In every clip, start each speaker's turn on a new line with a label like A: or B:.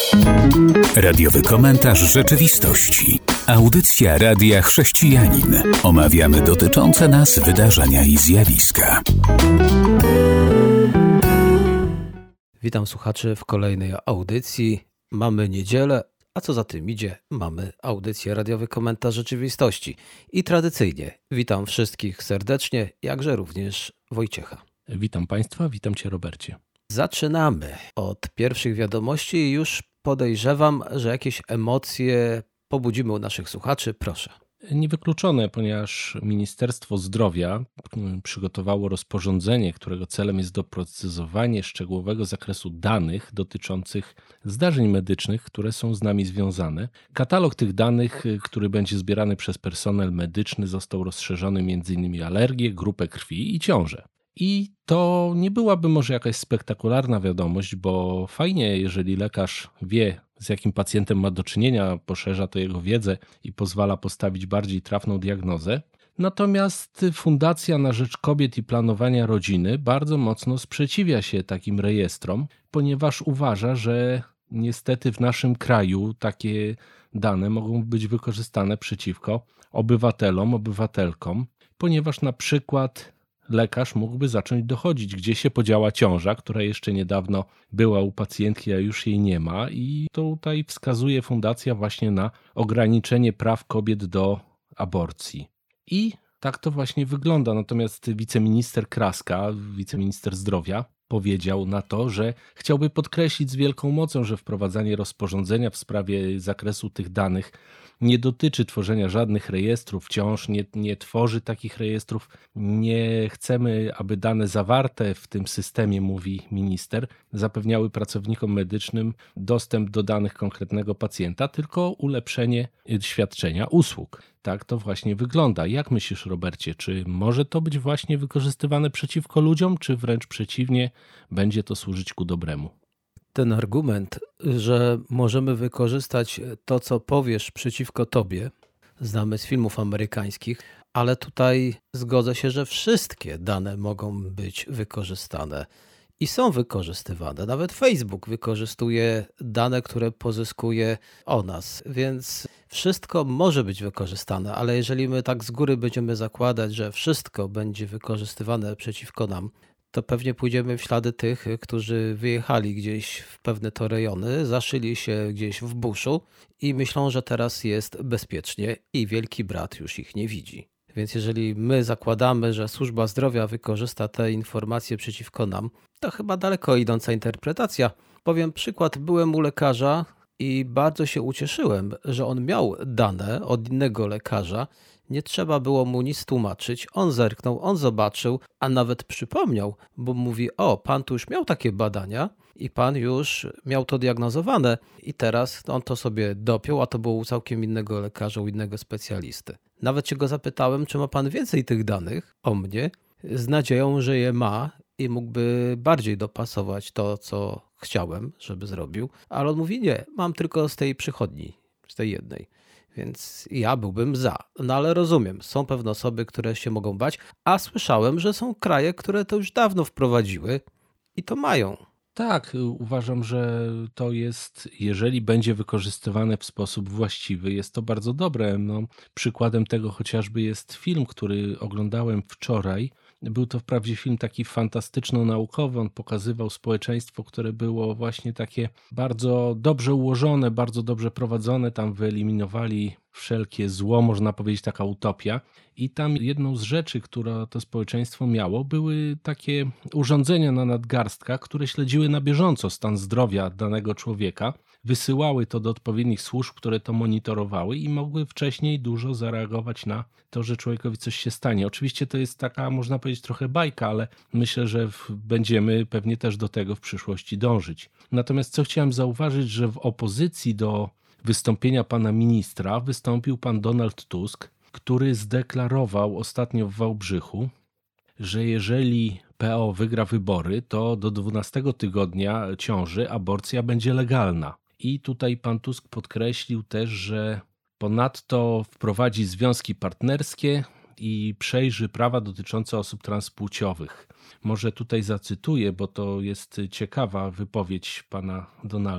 A: Radiowy komentarz rzeczywistości. Audycja Radia Chrześcijanin. Omawiamy dotyczące nas wydarzenia i zjawiska.
B: Witam słuchaczy w kolejnej audycji. Mamy niedzielę, a co za tym idzie, mamy audycję Radiowy komentarz rzeczywistości. I tradycyjnie witam wszystkich serdecznie, jakże również Wojciecha.
C: Witam Państwa, witam Cię, Robercie.
B: Zaczynamy od pierwszych wiadomości i już podejrzewam, że jakieś emocje pobudzimy u naszych słuchaczy. Proszę.
C: Niewykluczone, ponieważ Ministerstwo Zdrowia przygotowało rozporządzenie, którego celem jest doprecyzowanie szczegółowego zakresu danych dotyczących zdarzeń medycznych, które są z nami związane. Katalog tych danych, który będzie zbierany przez personel medyczny, został rozszerzony m.in. alergię, grupę krwi i ciążę. I to nie byłaby może jakaś spektakularna wiadomość, bo fajnie, jeżeli lekarz wie, z jakim pacjentem ma do czynienia, poszerza to jego wiedzę i pozwala postawić bardziej trafną diagnozę. Natomiast Fundacja na Rzecz Kobiet i Planowania Rodziny bardzo mocno sprzeciwia się takim rejestrom, ponieważ uważa, że niestety w naszym kraju takie dane mogą być wykorzystane przeciwko obywatelom, obywatelkom, ponieważ na przykład lekarz mógłby zacząć dochodzić, gdzie się podziała ciąża, która jeszcze niedawno była u pacjentki, a już jej nie ma, i tutaj wskazuje fundacja właśnie na ograniczenie praw kobiet do aborcji. I tak to właśnie wygląda. Natomiast wiceminister Kraska, wiceminister zdrowia, powiedział na to, że chciałby podkreślić z wielką mocą, że wprowadzanie rozporządzenia w sprawie zakresu tych danych nie dotyczy tworzenia żadnych rejestrów ciąż, nie tworzy takich rejestrów. Nie chcemy, aby dane zawarte w tym systemie, mówi minister, zapewniały pracownikom medycznym dostęp do danych konkretnego pacjenta, tylko ulepszenie świadczenia usług. Tak to właśnie wygląda. Jak myślisz, Robercie, czy może to być właśnie wykorzystywane przeciwko ludziom, czy wręcz przeciwnie, będzie to służyć ku dobremu?
B: Ten argument, że możemy wykorzystać to, co powiesz przeciwko tobie, znamy z filmów amerykańskich, ale tutaj zgodzę się, że wszystkie dane mogą być wykorzystane i są wykorzystywane. Nawet Facebook wykorzystuje dane, które pozyskuje o nas, więc wszystko może być wykorzystane, ale jeżeli my tak z góry będziemy zakładać, że wszystko będzie wykorzystywane przeciwko nam, to pewnie pójdziemy w ślady tych, którzy wyjechali gdzieś w pewne to rejony, zaszyli się gdzieś w buszu i myślą, że teraz jest bezpiecznie i Wielki Brat już ich nie widzi. Więc jeżeli my zakładamy, że służba zdrowia wykorzysta te informacje przeciwko nam, to chyba daleko idąca interpretacja. Powiem przykład, byłem u lekarza i bardzo się ucieszyłem, że on miał dane od innego lekarza. Nie trzeba było mu nic tłumaczyć, on zerknął, on zobaczył, a nawet przypomniał, bo mówi: o, pan tu już miał takie badania i pan już miał to diagnozowane i teraz on to sobie dopiął, a to było u całkiem innego lekarza, u innego specjalisty. Nawet się go zapytałem, czy ma pan więcej tych danych o mnie, z nadzieją, że je ma i mógłby bardziej dopasować to, co chciałem, żeby zrobił, ale on mówi: nie, mam tylko z tej przychodni, z tej jednej. Więc ja byłbym za. No ale rozumiem, są pewne osoby, które się mogą bać, a słyszałem, że są kraje, które to już dawno wprowadziły i to mają.
C: Tak, uważam, że to jest, jeżeli będzie wykorzystywane w sposób właściwy, jest to bardzo dobre. Przykładem tego chociażby jest film, który oglądałem wczoraj. Był to wprawdzie film taki fantastyczno-naukowy, on pokazywał społeczeństwo, które było właśnie takie bardzo dobrze ułożone, bardzo dobrze prowadzone, tam wyeliminowali wszelkie zło, można powiedzieć taka utopia. I tam jedną z rzeczy, która to społeczeństwo miało, były takie urządzenia na nadgarstkach, które śledziły na bieżąco stan zdrowia danego człowieka, wysyłały to do odpowiednich służb, które to monitorowały i mogły wcześniej dużo zareagować na to, że człowiekowi coś się stanie. Oczywiście to jest taka, można powiedzieć, trochę bajka, ale myślę, że będziemy pewnie też do tego w przyszłości dążyć. Natomiast co chciałem zauważyć, że w opozycji do wystąpienia pana ministra wystąpił pan Donald Tusk, który zdeklarował ostatnio w Wałbrzychu, że jeżeli PO wygra wybory, to do 12 tygodnia ciąży aborcja będzie legalna. I tutaj pan Tusk podkreślił też, że ponadto wprowadzi związki partnerskie i przejrzy prawa dotyczące osób transpłciowych. Może tutaj zacytuję, bo to jest ciekawa wypowiedź pana Donalda.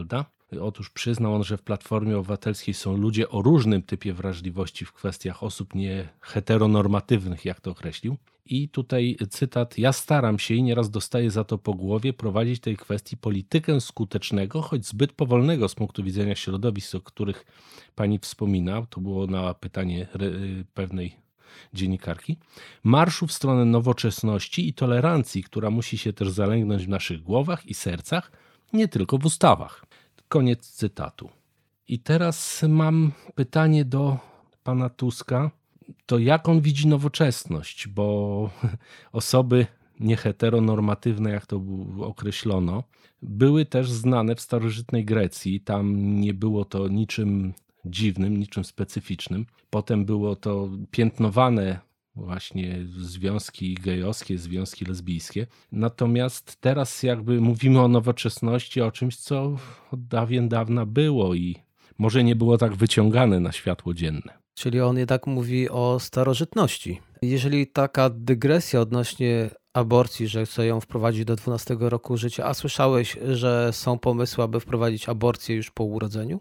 C: Otóż przyznał on, że w Platformie Obywatelskiej są ludzie o różnym typie wrażliwości w kwestiach osób nieheteronormatywnych, jak to określił. I tutaj cytat: ja staram się i nieraz dostaję za to po głowie prowadzić tej kwestii politykę skutecznego, choć zbyt powolnego z punktu widzenia środowisk, o których pani wspomina. To było na pytanie pewnej dziennikarki. Marszu w stronę nowoczesności i tolerancji, która musi się też zalęgnąć w naszych głowach i sercach, nie tylko w ustawach. Koniec cytatu. I teraz mam pytanie do pana Tuska. To jak on widzi nowoczesność? Bo osoby nieheteronormatywne, jak to określono, były też znane w starożytnej Grecji. Tam nie było to niczym dziwnym, niczym specyficznym. Potem było to piętnowane właśnie związki gejowskie, związki lesbijskie. Natomiast teraz jakby mówimy o nowoczesności, o czymś, co od dawien dawna było i może nie było tak wyciągane na światło dzienne.
B: Czyli on jednak mówi o starożytności. Jeżeli taka dygresja odnośnie aborcji, że chce ją wprowadzić do 12 roku życia, a słyszałeś, że są pomysły, aby wprowadzić aborcję już po urodzeniu?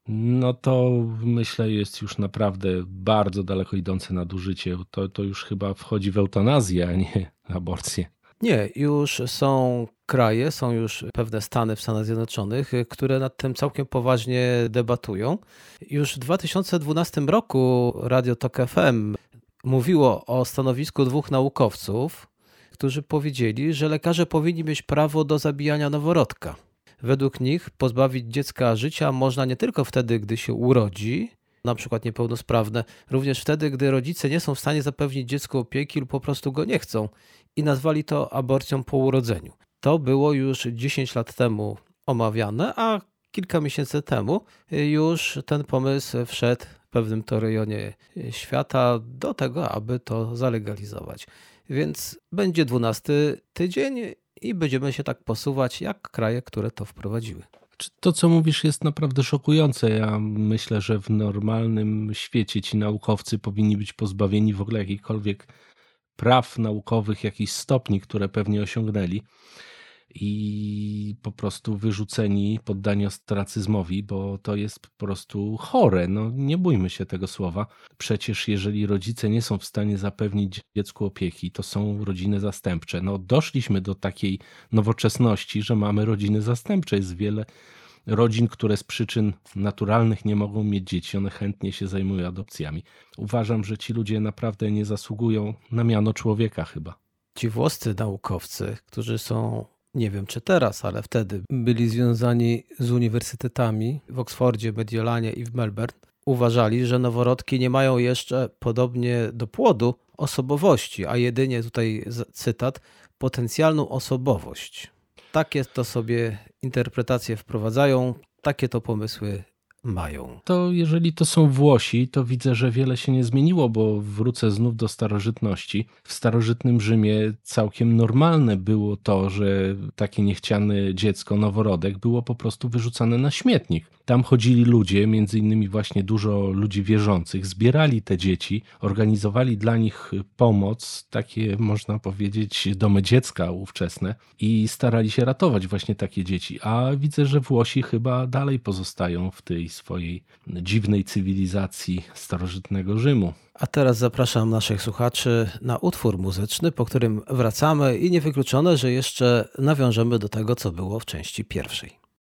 C: No to myślę jest już naprawdę bardzo daleko idące nadużycie. To już chyba wchodzi w eutanazję, a nie aborcję.
B: Nie, już są kraje, są już pewne stany w Stanach Zjednoczonych, które nad tym całkiem poważnie debatują. Już w 2012 roku Radio Tok FM mówiło o stanowisku 2 naukowców, którzy powiedzieli, że lekarze powinni mieć prawo do zabijania noworodka. Według nich pozbawić dziecka życia można nie tylko wtedy, gdy się urodzi, na przykład niepełnosprawne, również wtedy, gdy rodzice nie są w stanie zapewnić dziecku opieki lub po prostu go nie chcą i nazwali to aborcją po urodzeniu. To było już 10 lat temu omawiane, a kilka miesięcy temu już ten pomysł wszedł w pewnym to rejonie świata do tego, aby to zalegalizować. Więc będzie 12 tydzień i będziemy się tak posuwać jak kraje, które to wprowadziły.
C: To, co mówisz, jest naprawdę szokujące. Ja myślę, że w normalnym świecie ci naukowcy powinni być pozbawieni w ogóle jakichkolwiek praw naukowych, jakichś stopni, które pewnie osiągnęli i po prostu wyrzuceni, poddani ostracyzmowi, bo to jest po prostu chore. No, nie bójmy się tego słowa. Przecież jeżeli rodzice nie są w stanie zapewnić dziecku opieki, to są rodziny zastępcze. No, doszliśmy do takiej nowoczesności, że mamy rodziny zastępcze. Jest wiele rodzin, które z przyczyn naturalnych nie mogą mieć dzieci. One chętnie się zajmują adopcjami. Uważam, że ci ludzie naprawdę nie zasługują na miano człowieka chyba.
B: Ci włoscy naukowcy, którzy są, nie wiem czy teraz, ale wtedy byli związani z uniwersytetami w Oksfordzie, Mediolanie i w Melbourne, uważali, że noworodki nie mają jeszcze, podobnie do płodu, osobowości, a jedynie, tutaj cytat, potencjalną osobowość. Takie to sobie interpretacje wprowadzają, takie to pomysły mają.
C: To jeżeli to są Włosi, to widzę, że wiele się nie zmieniło, bo wrócę znów do starożytności. W starożytnym Rzymie całkiem normalne było to, że takie niechciane dziecko, noworodek, było po prostu wyrzucane na śmietnik. Tam chodzili ludzie, między innymi właśnie dużo ludzi wierzących, zbierali te dzieci, organizowali dla nich pomoc, takie można powiedzieć domy dziecka ówczesne i starali się ratować właśnie takie dzieci. A widzę, że Włosi chyba dalej pozostają w tej swojej dziwnej cywilizacji starożytnego Rzymu.
B: A teraz zapraszam naszych słuchaczy na utwór muzyczny, po którym wracamy i niewykluczone, że jeszcze nawiążemy do tego, co było w części pierwszej.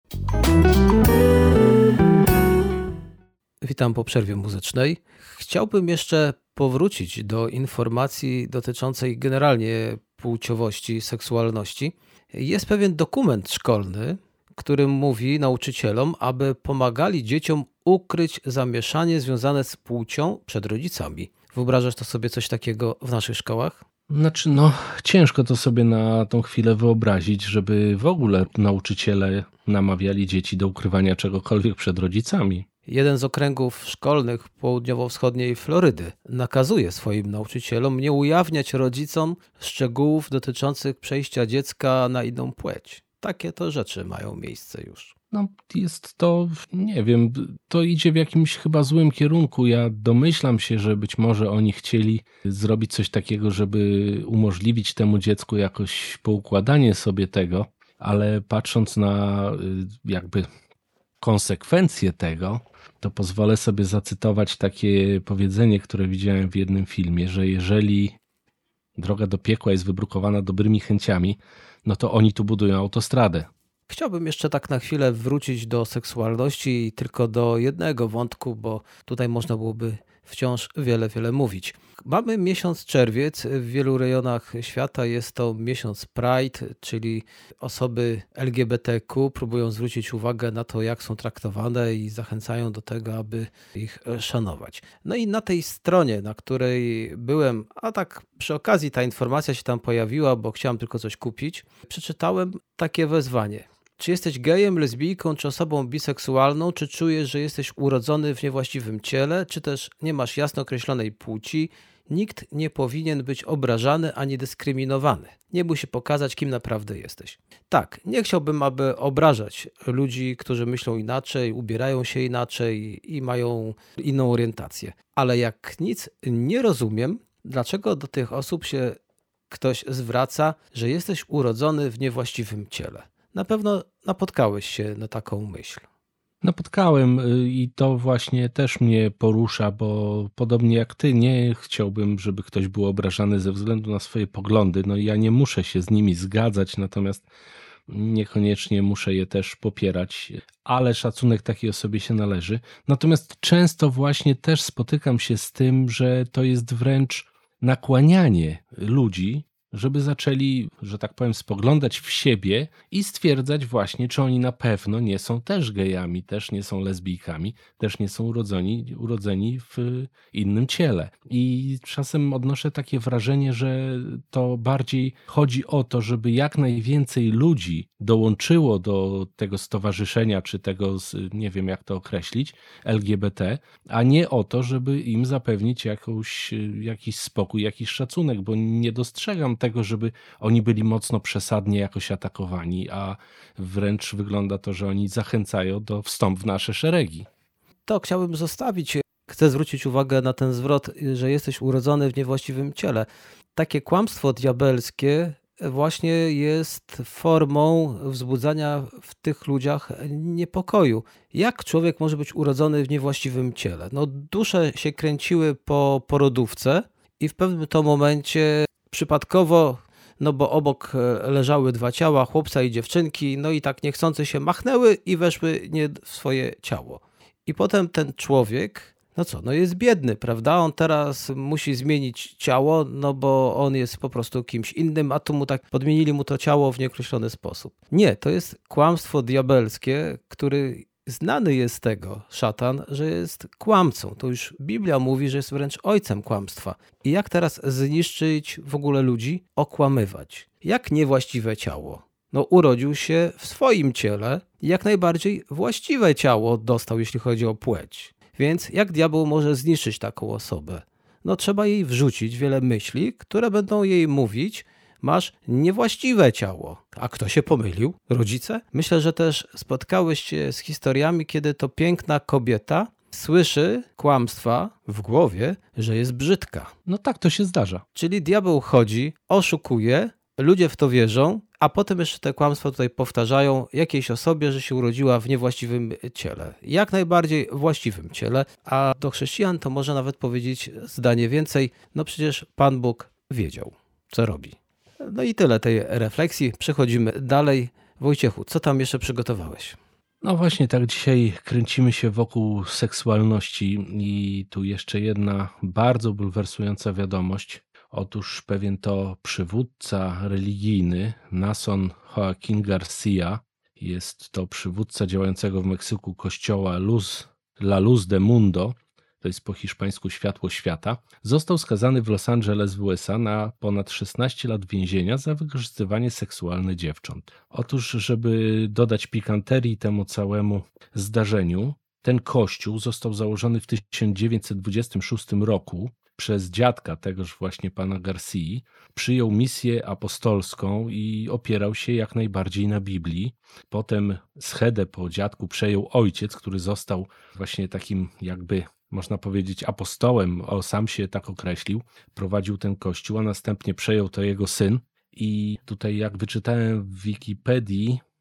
B: Witam po przerwie muzycznej. Chciałbym jeszcze powrócić do informacji dotyczącej generalnie płciowości, seksualności. Jest pewien dokument szkolny, który mówi nauczycielom, aby pomagali dzieciom ukryć zamieszanie związane z płcią przed rodzicami. Wyobrażasz to sobie coś takiego w naszych szkołach?
C: Znaczy, ciężko to sobie na tą chwilę wyobrazić, żeby w ogóle nauczyciele namawiali dzieci do ukrywania czegokolwiek przed rodzicami.
B: Jeden z okręgów szkolnych południowo-wschodniej Florydy nakazuje swoim nauczycielom nie ujawniać rodzicom szczegółów dotyczących przejścia dziecka na inną płeć. Takie to rzeczy mają miejsce już.
C: Jest to, nie wiem, to idzie w jakimś chyba złym kierunku. Ja domyślam się, że być może oni chcieli zrobić coś takiego, żeby umożliwić temu dziecku jakoś poukładanie sobie tego, ale patrząc na jakby konsekwencje tego, to pozwolę sobie zacytować takie powiedzenie, które widziałem w jednym filmie, że jeżeli droga do piekła jest wybrukowana dobrymi chęciami, no to oni tu budują autostradę.
B: Chciałbym jeszcze tak na chwilę wrócić do seksualności i tylko do jednego wątku, bo tutaj można byłoby wciąż wiele mówić. Mamy miesiąc czerwiec, w wielu rejonach świata jest to miesiąc Pride, czyli osoby LGBTQ próbują zwrócić uwagę na to, jak są traktowane i zachęcają do tego, aby ich szanować. No i na tej stronie, na której byłem, a tak przy okazji ta informacja się tam pojawiła, bo chciałem tylko coś kupić, przeczytałem takie wezwanie. Czy jesteś gejem, lesbijką, czy osobą biseksualną, czy czujesz, że jesteś urodzony w niewłaściwym ciele, czy też nie masz jasno określonej płci, nikt nie powinien być obrażany ani dyskryminowany. Nie bój się pokazać, kim naprawdę jesteś. Tak, nie chciałbym, aby obrażać ludzi, którzy myślą inaczej, ubierają się inaczej i mają inną orientację. Ale jak nic nie rozumiem, dlaczego do tych osób się ktoś zwraca, że jesteś urodzony w niewłaściwym ciele. Na pewno napotkałeś się na taką myśl.
C: Napotkałem i to właśnie też mnie porusza, bo podobnie jak ty, nie chciałbym, żeby ktoś był obrażany ze względu na swoje poglądy. No ja nie muszę się z nimi zgadzać, natomiast niekoniecznie muszę je też popierać, ale szacunek takiej osobie się należy. Natomiast często właśnie też spotykam się z tym, że to jest wręcz nakłanianie ludzi, żeby zaczęli, że tak powiem, spoglądać w siebie i stwierdzać właśnie, czy oni na pewno nie są też gejami, też nie są lesbijkami, też nie są urodzeni w innym ciele. I czasem odnoszę takie wrażenie, że to bardziej chodzi o to, żeby jak najwięcej ludzi dołączyło do tego stowarzyszenia, czy tego, nie wiem jak to określić, LGBT, a nie o to, żeby im zapewnić jakiś spokój, jakiś szacunek, bo nie dostrzegam tego, żeby oni byli mocno przesadnie jakoś atakowani, a wręcz wygląda to, że oni zachęcają do wstępu w nasze szeregi.
B: To chciałbym zostawić. Chcę zwrócić uwagę na ten zwrot, że jesteś urodzony w niewłaściwym ciele. Takie kłamstwo diabelskie właśnie jest formą wzbudzania w tych ludziach niepokoju. Jak człowiek może być urodzony w niewłaściwym ciele? No, dusze się kręciły po porodówce i w pewnym to momencie przypadkowo, no bo obok leżały dwa ciała, chłopca i dziewczynki, no i tak niechcący się machnęły i weszły nie w swoje ciało. I potem ten człowiek, no jest biedny, prawda? On teraz musi zmienić ciało, no bo on jest po prostu kimś innym, a tu mu tak podmienili mu to ciało w nieokreślony sposób. Nie, to jest kłamstwo diabelskie, który znany jest z tego, szatan, że jest kłamcą. To już Biblia mówi, że jest wręcz ojcem kłamstwa. I jak teraz zniszczyć w ogóle ludzi? Okłamywać. Jak niewłaściwe ciało? No urodził się w swoim ciele i jak najbardziej właściwe ciało dostał, jeśli chodzi o płeć. Więc jak diabeł może zniszczyć taką osobę? No trzeba jej wrzucić wiele myśli, które będą jej mówić, masz niewłaściwe ciało. A kto się pomylił? Rodzice? Myślę, że też spotkałeś się z historiami, kiedy to piękna kobieta słyszy kłamstwa w głowie, że jest brzydka.
C: No tak, to się zdarza.
B: Czyli diabeł chodzi, oszukuje, ludzie w to wierzą, a potem jeszcze te kłamstwa tutaj powtarzają jakiejś osobie, że się urodziła w niewłaściwym ciele. Jak najbardziej właściwym ciele, a do chrześcijan to może nawet powiedzieć zdanie więcej, no przecież Pan Bóg wiedział, co robi. No i tyle tej refleksji. Przechodzimy dalej. Wojciechu, co tam jeszcze przygotowałeś?
C: No właśnie, tak dzisiaj kręcimy się wokół seksualności i tu jeszcze jedna bardzo bulwersująca wiadomość. Otóż pewien to przywódca religijny, Nason Joaquin Garcia, jest to przywódca działającego w Meksyku kościoła La Luz de Mundo, to jest po hiszpańsku Światło Świata, został skazany w Los Angeles w USA na ponad 16 lat więzienia za wykorzystywanie seksualne dziewcząt. Otóż, żeby dodać pikanterii temu całemu zdarzeniu, ten kościół został założony w 1926 roku przez dziadka tegoż właśnie pana Garcii, przyjął misję apostolską i opierał się jak najbardziej na Biblii. Potem schedę po dziadku przejął ojciec, który został właśnie takim jakby, można powiedzieć, apostołem, sam się tak określił, prowadził ten kościół, a następnie przejął to jego syn. I tutaj jak wyczytałem w Wikipedii,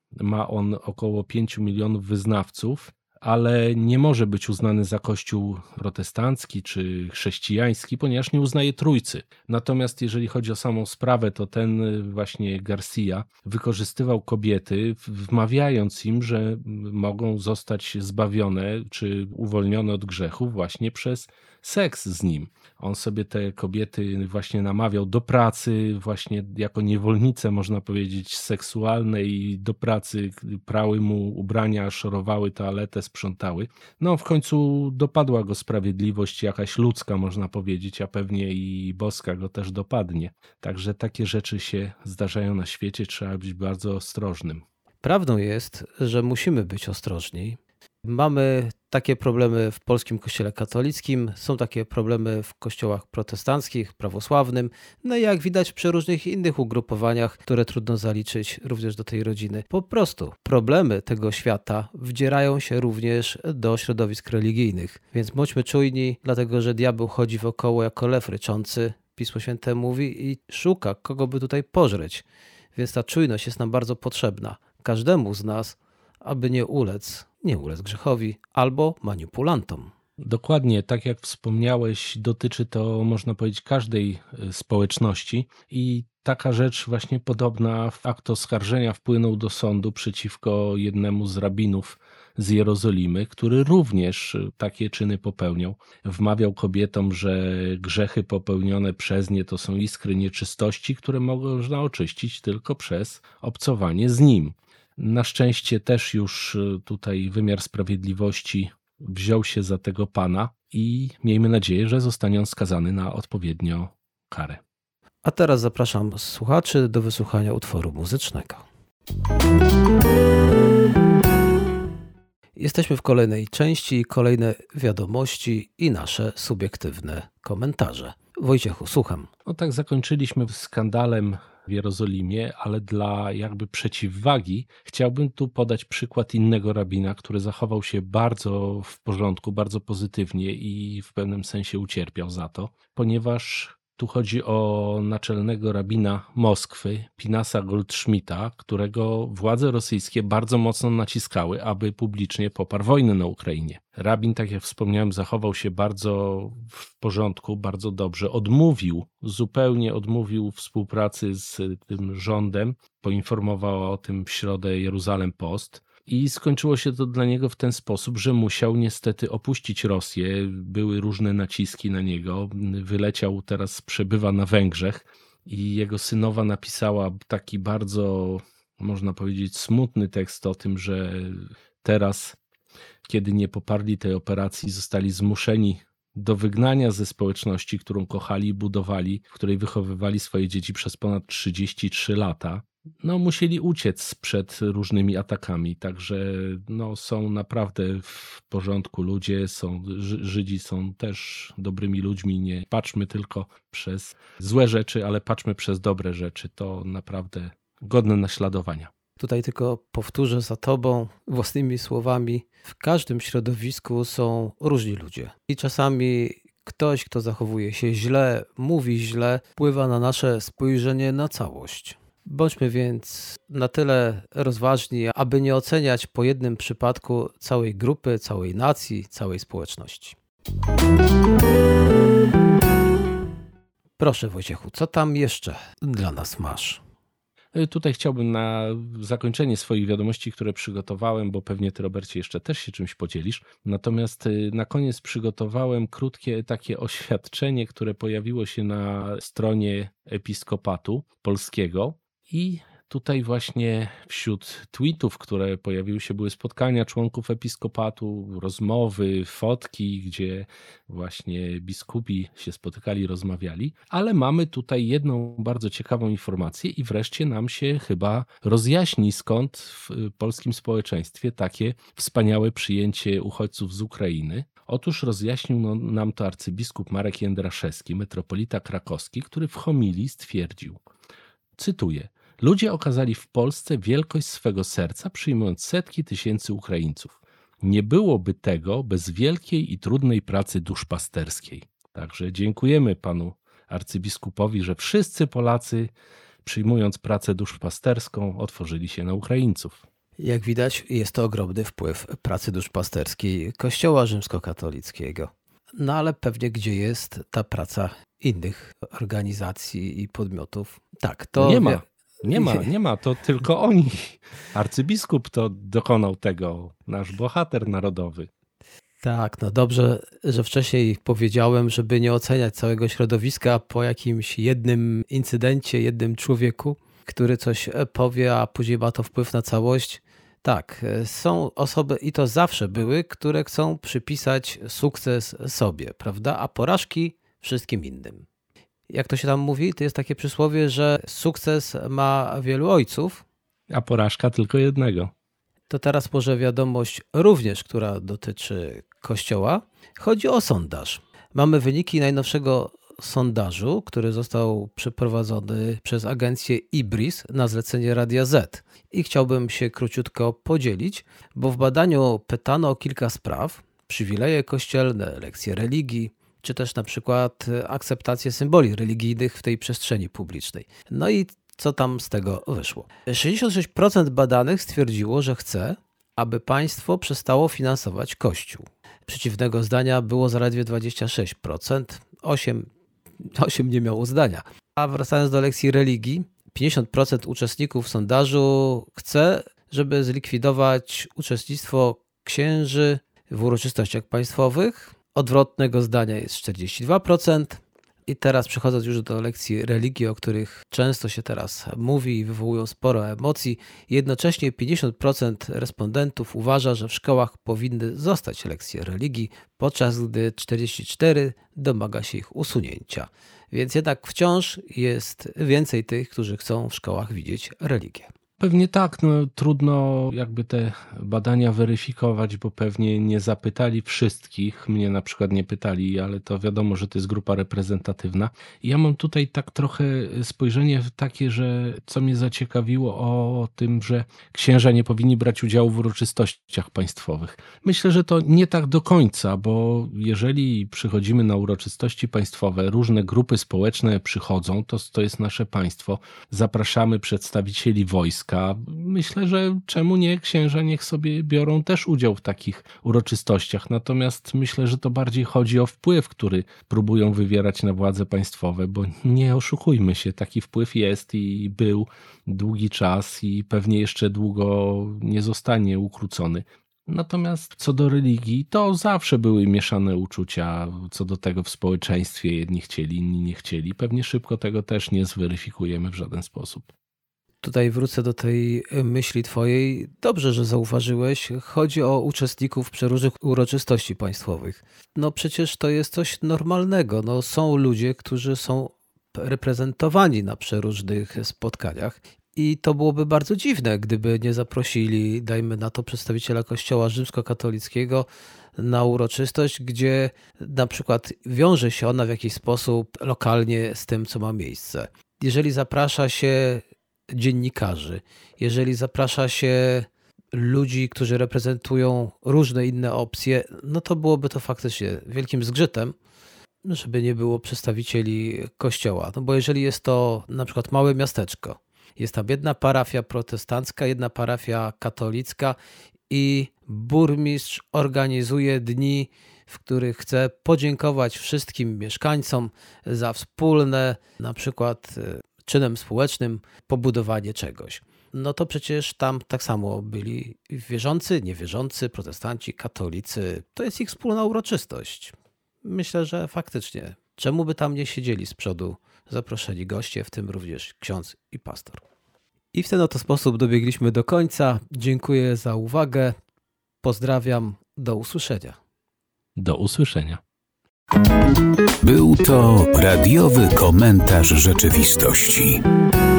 C: Ma on około 5 milionów wyznawców, ale nie może być uznany za kościół protestancki czy chrześcijański, ponieważ nie uznaje Trójcy. Natomiast jeżeli chodzi o samą sprawę, to ten właśnie Garcia wykorzystywał kobiety, wmawiając im, że mogą zostać zbawione czy uwolnione od grzechu właśnie przez seks z nim. On sobie te kobiety właśnie namawiał do pracy, właśnie jako niewolnice, można powiedzieć, seksualne, i do pracy prały mu ubrania, szorowały toaletę, sprzątały. No w końcu dopadła go sprawiedliwość jakaś ludzka, można powiedzieć, a pewnie i boska go też dopadnie. Także takie rzeczy się zdarzają na świecie, trzeba być bardzo ostrożnym.
B: Prawdą jest, że musimy być ostrożni. Mamy takie problemy w polskim kościele katolickim, są takie problemy w kościołach protestanckich, prawosławnym, no i jak widać przy różnych innych ugrupowaniach, które trudno zaliczyć również do tej rodziny. Po prostu problemy tego świata wdzierają się również do środowisk religijnych, więc bądźmy czujni, dlatego że diabeł chodzi wokoło jako lew ryczący, Pismo Święte mówi, i szuka, kogo by tutaj pożreć, więc ta czujność jest nam bardzo potrzebna, każdemu z nas, aby nie ulec grzechowi albo manipulantom.
C: Dokładnie, tak jak wspomniałeś, dotyczy to, można powiedzieć, każdej społeczności i taka rzecz właśnie podobna, akt oskarżenia wpłynął do sądu przeciwko jednemu z rabinów z Jerozolimy, który również takie czyny popełniał. Wmawiał kobietom, że grzechy popełnione przez nie to są iskry nieczystości, które można oczyścić tylko przez obcowanie z nim. Na szczęście też już tutaj wymiar sprawiedliwości wziął się za tego pana i miejmy nadzieję, że zostanie on skazany na odpowiednią karę.
B: A teraz zapraszam słuchaczy do wysłuchania utworu muzycznego. Jesteśmy w kolejnej części, kolejne wiadomości i nasze subiektywne komentarze. Wojciechu, słucham.
C: No tak, zakończyliśmy skandalem w Jerozolimie, ale dla jakby przeciwwagi chciałbym tu podać przykład innego rabina, który zachował się bardzo w porządku, bardzo pozytywnie i w pewnym sensie ucierpiał za to, ponieważ tu chodzi o naczelnego rabina Moskwy, Pinasa Goldschmidta, którego władze rosyjskie bardzo mocno naciskały, aby publicznie poparł wojnę na Ukrainie. Rabin, tak jak wspomniałem, zachował się bardzo w porządku, bardzo dobrze. Zupełnie odmówił współpracy z tym rządem. Poinformowała o tym w środę Jeruzalem Post. I skończyło się to dla niego w ten sposób, że musiał niestety opuścić Rosję. Były różne naciski na niego. Wyleciał, teraz przebywa na Węgrzech i jego synowa napisała taki bardzo, można powiedzieć, smutny tekst o tym, że teraz, kiedy nie poparli tej operacji, zostali zmuszeni do wygnania ze społeczności, którą kochali i budowali, w której wychowywali swoje dzieci przez ponad 33 lata. Musieli uciec przed różnymi atakami, także są naprawdę w porządku ludzie, Żydzi są też dobrymi ludźmi, nie patrzmy tylko przez złe rzeczy, ale patrzmy przez dobre rzeczy, to naprawdę godne naśladowania.
B: Tutaj tylko powtórzę za tobą własnymi słowami, w każdym środowisku są różni ludzie i czasami ktoś, kto zachowuje się źle, mówi źle, wpływa na nasze spojrzenie na całość. Bądźmy więc na tyle rozważni, aby nie oceniać po jednym przypadku całej grupy, całej nacji, całej społeczności. Proszę Wojciechu, co tam jeszcze dla nas masz?
C: Tutaj chciałbym na zakończenie swoich wiadomości, które przygotowałem, bo pewnie ty, Robercie, jeszcze też się czymś podzielisz. Natomiast na koniec przygotowałem krótkie takie oświadczenie, które pojawiło się na stronie Episkopatu Polskiego. I tutaj właśnie wśród tweetów, które pojawiły się, były spotkania członków Episkopatu, rozmowy, fotki, gdzie właśnie biskupi się spotykali, rozmawiali. Ale mamy tutaj jedną bardzo ciekawą informację i wreszcie nam się chyba rozjaśni, skąd w polskim społeczeństwie takie wspaniałe przyjęcie uchodźców z Ukrainy. Otóż rozjaśnił nam to arcybiskup Marek Jędraszewski, metropolita krakowski, który w homilii stwierdził, cytuję: ludzie okazali w Polsce wielkość swego serca, przyjmując setki tysięcy Ukraińców. Nie byłoby tego bez wielkiej i trudnej pracy duszpasterskiej. Także dziękujemy panu arcybiskupowi, że wszyscy Polacy, przyjmując pracę duszpasterską, otworzyli się na Ukraińców.
B: Jak widać, jest to ogromny wpływ pracy duszpasterskiej Kościoła rzymskokatolickiego. No ale pewnie gdzie jest ta praca innych organizacji i podmiotów? Tak, to...
C: Nie ma, to tylko oni. Arcybiskup to dokonał tego, nasz bohater narodowy.
B: Tak, no dobrze, że wcześniej powiedziałem, żeby nie oceniać całego środowiska po jakimś jednym incydencie, jednym człowieku, który coś powie, a później ma to wpływ na całość. Tak, są osoby i to zawsze były, które chcą przypisać sukces sobie, prawda? A porażki wszystkim innym. Jak to się tam mówi, to jest takie przysłowie, że sukces ma wielu ojców,
C: a porażka tylko jednego.
B: To teraz może wiadomość również, która dotyczy Kościoła. Chodzi o sondaż. Mamy wyniki najnowszego sondażu, który został przeprowadzony przez agencję IBRIS na zlecenie Radia Z. I chciałbym się króciutko podzielić, bo w badaniu pytano o kilka spraw: przywileje kościelne, lekcje religii, czy też na przykład akceptację symboli religijnych w tej przestrzeni publicznej. No i co tam z tego wyszło? 66% badanych stwierdziło, że chce, aby państwo przestało finansować Kościół. Przeciwnego zdania było zaledwie 26%, 8 nie miało zdania. A wracając do lekcji religii, 50% uczestników sondażu chce, żeby zlikwidować uczestnictwo księży w uroczystościach państwowych. Odwrotnego zdania jest 42%. I teraz przechodząc już do lekcji religii, o których często się teraz mówi i wywołują sporo emocji, jednocześnie 50% respondentów uważa, że w szkołach powinny zostać lekcje religii, podczas gdy 44% domaga się ich usunięcia. Więc jednak wciąż jest więcej tych, którzy chcą w szkołach widzieć religię.
C: Pewnie tak, no trudno jakby te badania weryfikować, bo pewnie nie zapytali wszystkich, mnie na przykład nie pytali, ale to wiadomo, że to jest grupa reprezentatywna. I ja mam tutaj tak trochę spojrzenie takie, że co mnie zaciekawiło o tym, że księża nie powinni brać udziału w uroczystościach państwowych. Myślę, że to nie tak do końca, bo jeżeli przychodzimy na uroczystości państwowe, różne grupy społeczne przychodzą, to jest nasze państwo, zapraszamy przedstawicieli wojska. Myślę, że czemu nie, księża niech sobie biorą też udział w takich uroczystościach. Natomiast myślę, że to bardziej chodzi o wpływ, który próbują wywierać na władze państwowe, bo nie oszukujmy się, taki wpływ jest i był długi czas i pewnie jeszcze długo nie zostanie ukrócony. Natomiast co do religii, to zawsze były mieszane uczucia co do tego w społeczeństwie. Jedni chcieli, inni nie chcieli. Pewnie szybko tego też nie zweryfikujemy w żaden sposób.
B: Tutaj wrócę do tej myśli twojej. Dobrze, że zauważyłeś. Chodzi o uczestników przeróżnych uroczystości państwowych. No przecież to jest coś normalnego. No, są ludzie, którzy są reprezentowani na przeróżnych spotkaniach i to byłoby bardzo dziwne, gdyby nie zaprosili, dajmy na to, przedstawiciela Kościoła rzymskokatolickiego na uroczystość, gdzie na przykład wiąże się ona w jakiś sposób lokalnie z tym, co ma miejsce. Jeżeli zaprasza się dziennikarzy, jeżeli zaprasza się ludzi, którzy reprezentują różne inne opcje, no to byłoby to faktycznie wielkim zgrzytem, żeby nie było przedstawicieli Kościoła. No bo jeżeli jest to na przykład małe miasteczko, jest tam jedna parafia protestancka, jedna parafia katolicka i burmistrz organizuje dni, w których chce podziękować wszystkim mieszkańcom za wspólne, na przykład czynem społecznym, pobudowanie czegoś. No to przecież tam tak samo byli wierzący, niewierzący, protestanci, katolicy. To jest ich wspólna uroczystość. Myślę, że faktycznie. Czemu by tam nie siedzieli z przodu zaproszeni goście, w tym również ksiądz i pastor. I w ten oto sposób dobiegliśmy do końca. Dziękuję za uwagę. Pozdrawiam. Do usłyszenia.
C: Do usłyszenia.
A: Był to radiowy komentarz rzeczywistości.